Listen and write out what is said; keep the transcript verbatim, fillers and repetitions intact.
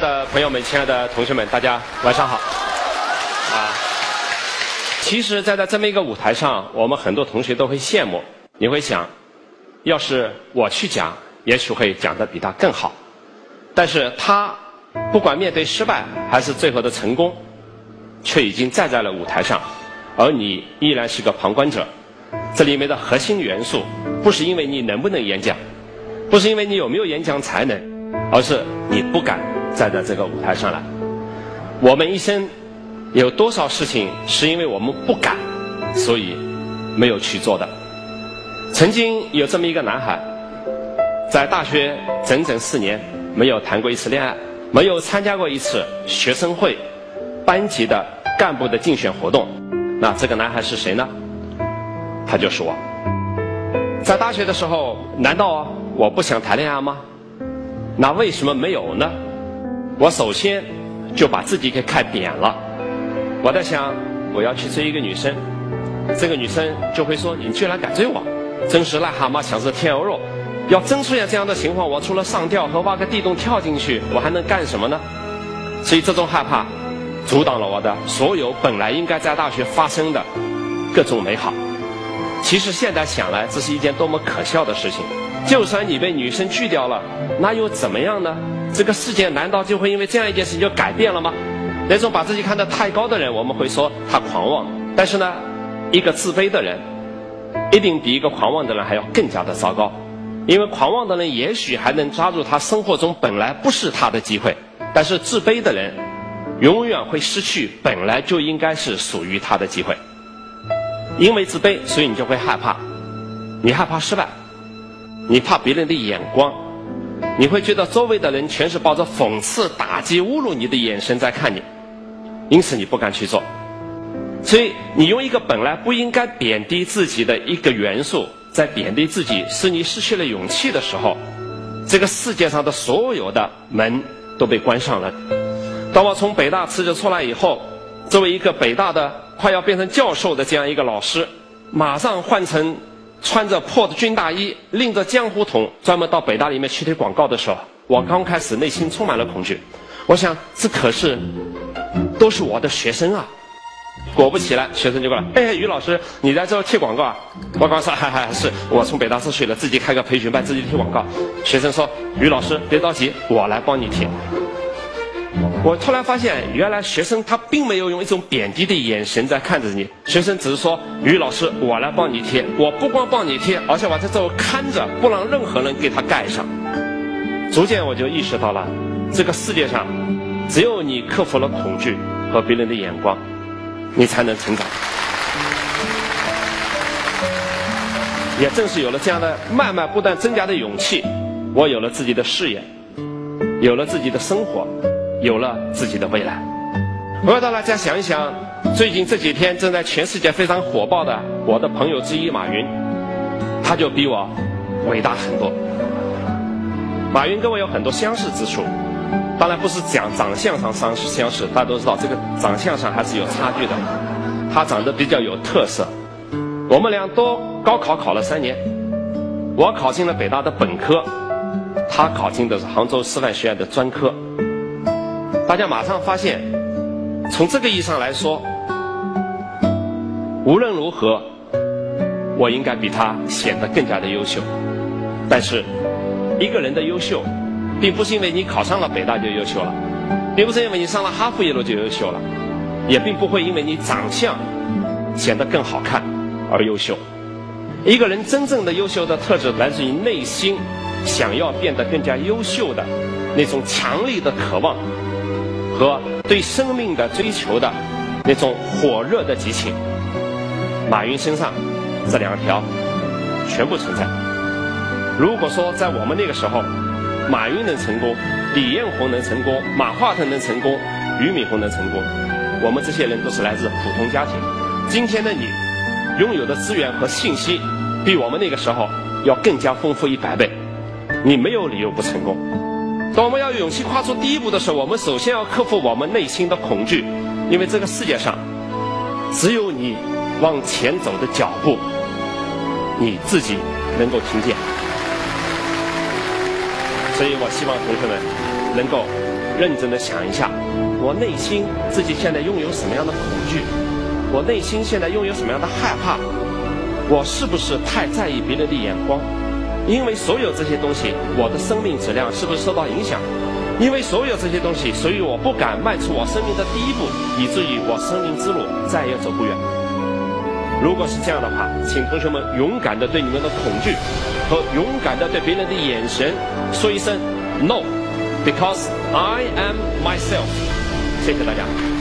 的朋友们，亲爱的同学们，大家晚上好。啊，其实，在在这么一个舞台上，我们很多同学都会羡慕。你会想，要是我去讲，也许会讲得比他更好。但是他不管面对失败还是最后的成功，却已经站在了舞台上，而你依然是个旁观者。这里面的核心元素，不是因为你能不能演讲，不是因为你有没有演讲才能，而是你不敢站在这个舞台上来。我们一生有多少事情是因为我们不敢，所以没有去做的。曾经有这么一个男孩，在大学整整四年没有谈过一次恋爱，没有参加过一次学生会、班级的干部的竞选活动。那这个男孩是谁呢？他就是我。在大学的时候，难道我不想谈恋爱吗？那为什么没有呢？我首先就把自己给看扁了。我在想，我要去追一个女生，这个女生就会说，你居然敢追我，真是癞蛤蟆想吃天鹅肉。要真出现这样的情况，我除了上吊和挖个地洞跳进去，我还能干什么呢？所以这种害怕阻挡了我的所有本来应该在大学发生的各种美好。其实现在想来，这是一件多么可笑的事情。就算你被女生拒掉了，那又怎么样呢？这个世界难道就会因为这样一件事情就改变了吗？那种把自己看得太高的人，我们会说他狂妄。但是呢，一个自卑的人一定比一个狂妄的人还要更加的糟糕。因为狂妄的人也许还能抓住他生活中本来不是他的机会，但是自卑的人永远会失去本来就应该是属于他的机会。因为自卑，所以你就会害怕，你害怕失败，你怕别人的眼光，你会觉得周围的人全是抱着讽刺、打击、侮辱你的眼神在看你，因此你不敢去做。所以你用一个本来不应该贬低自己的一个元素在贬低自己，使你失去了勇气的时候，这个世界上的所有的门都被关上了。当我从北大辞职出来以后，作为一个北大的快要变成教授的这样一个老师，马上换成穿着破的军大衣，拎着江湖桶，专门到北大里面去推广告的时候，我刚开始内心充满了恐惧。我想，这可是都是我的学生啊！果不其然，学生就过来，哎，于老师，你在这贴广告啊？我刚说，嗨嗨，是我从北大自学了，自己开个培训班，自己贴广告。学生说，于老师别着急，我来帮你贴。我突然发现，原来学生他并没有用一种贬低的眼神在看着你，学生只是说，于老师，我来帮你贴，我不光帮你贴，而且我在这看着，不让任何人给他盖上。逐渐我就意识到了，这个世界上只有你克服了恐惧和别人的眼光，你才能成长。也正是有了这样的慢慢不断增加的勇气，我有了自己的事业，有了自己的生活，有了自己的未来。我要让大家想一想，最近这几天正在全世界非常火爆的我的朋友之一马云，他就比我伟大很多。马云跟我有很多相似之处，当然不是讲长相上相相似，大家都知道这个长相上还是有差距的。他长得比较有特色。我们俩都高考考了三年，我考进了北大的本科，他考进的是杭州师范学院的专科。大家马上发现，从这个意义上来说，无论如何，我应该比他显得更加的优秀。但是，一个人的优秀，并不是因为你考上了北大就优秀了，并不是因为你上了哈佛耶鲁就优秀了，也并不会因为你长相显得更好看而优秀。一个人真正的优秀的特质，来自于内心想要变得更加优秀的那种强烈的渴望和对生命的追求的那种火热的激情。马云身上这两条全部存在。如果说在我们那个时候，马云能成功，李彦宏能成功，马化腾能成功，俞敏洪能成功，我们这些人都是来自普通家庭。今天的你拥有的资源和信息比我们那个时候要更加丰富一百倍，你没有理由不成功。当我们要有勇气跨出第一步的时候，我们首先要克服我们内心的恐惧，因为这个世界上只有你往前走的脚步，你自己能够听见。所以我希望同学们能够认真的想一下，我内心自己现在拥有什么样的恐惧，我内心现在拥有什么样的害怕，我是不是太在意别人的眼光？因为所有这些东西，我的生命质量是不是受到影响？因为所有这些东西，所以我不敢迈出我生命的第一步，以至于我生命之路再也走不远。如果是这样的话，请同学们勇敢的对你们的恐惧和勇敢的对别人的眼神说一声 No， because I am myself。谢谢大家。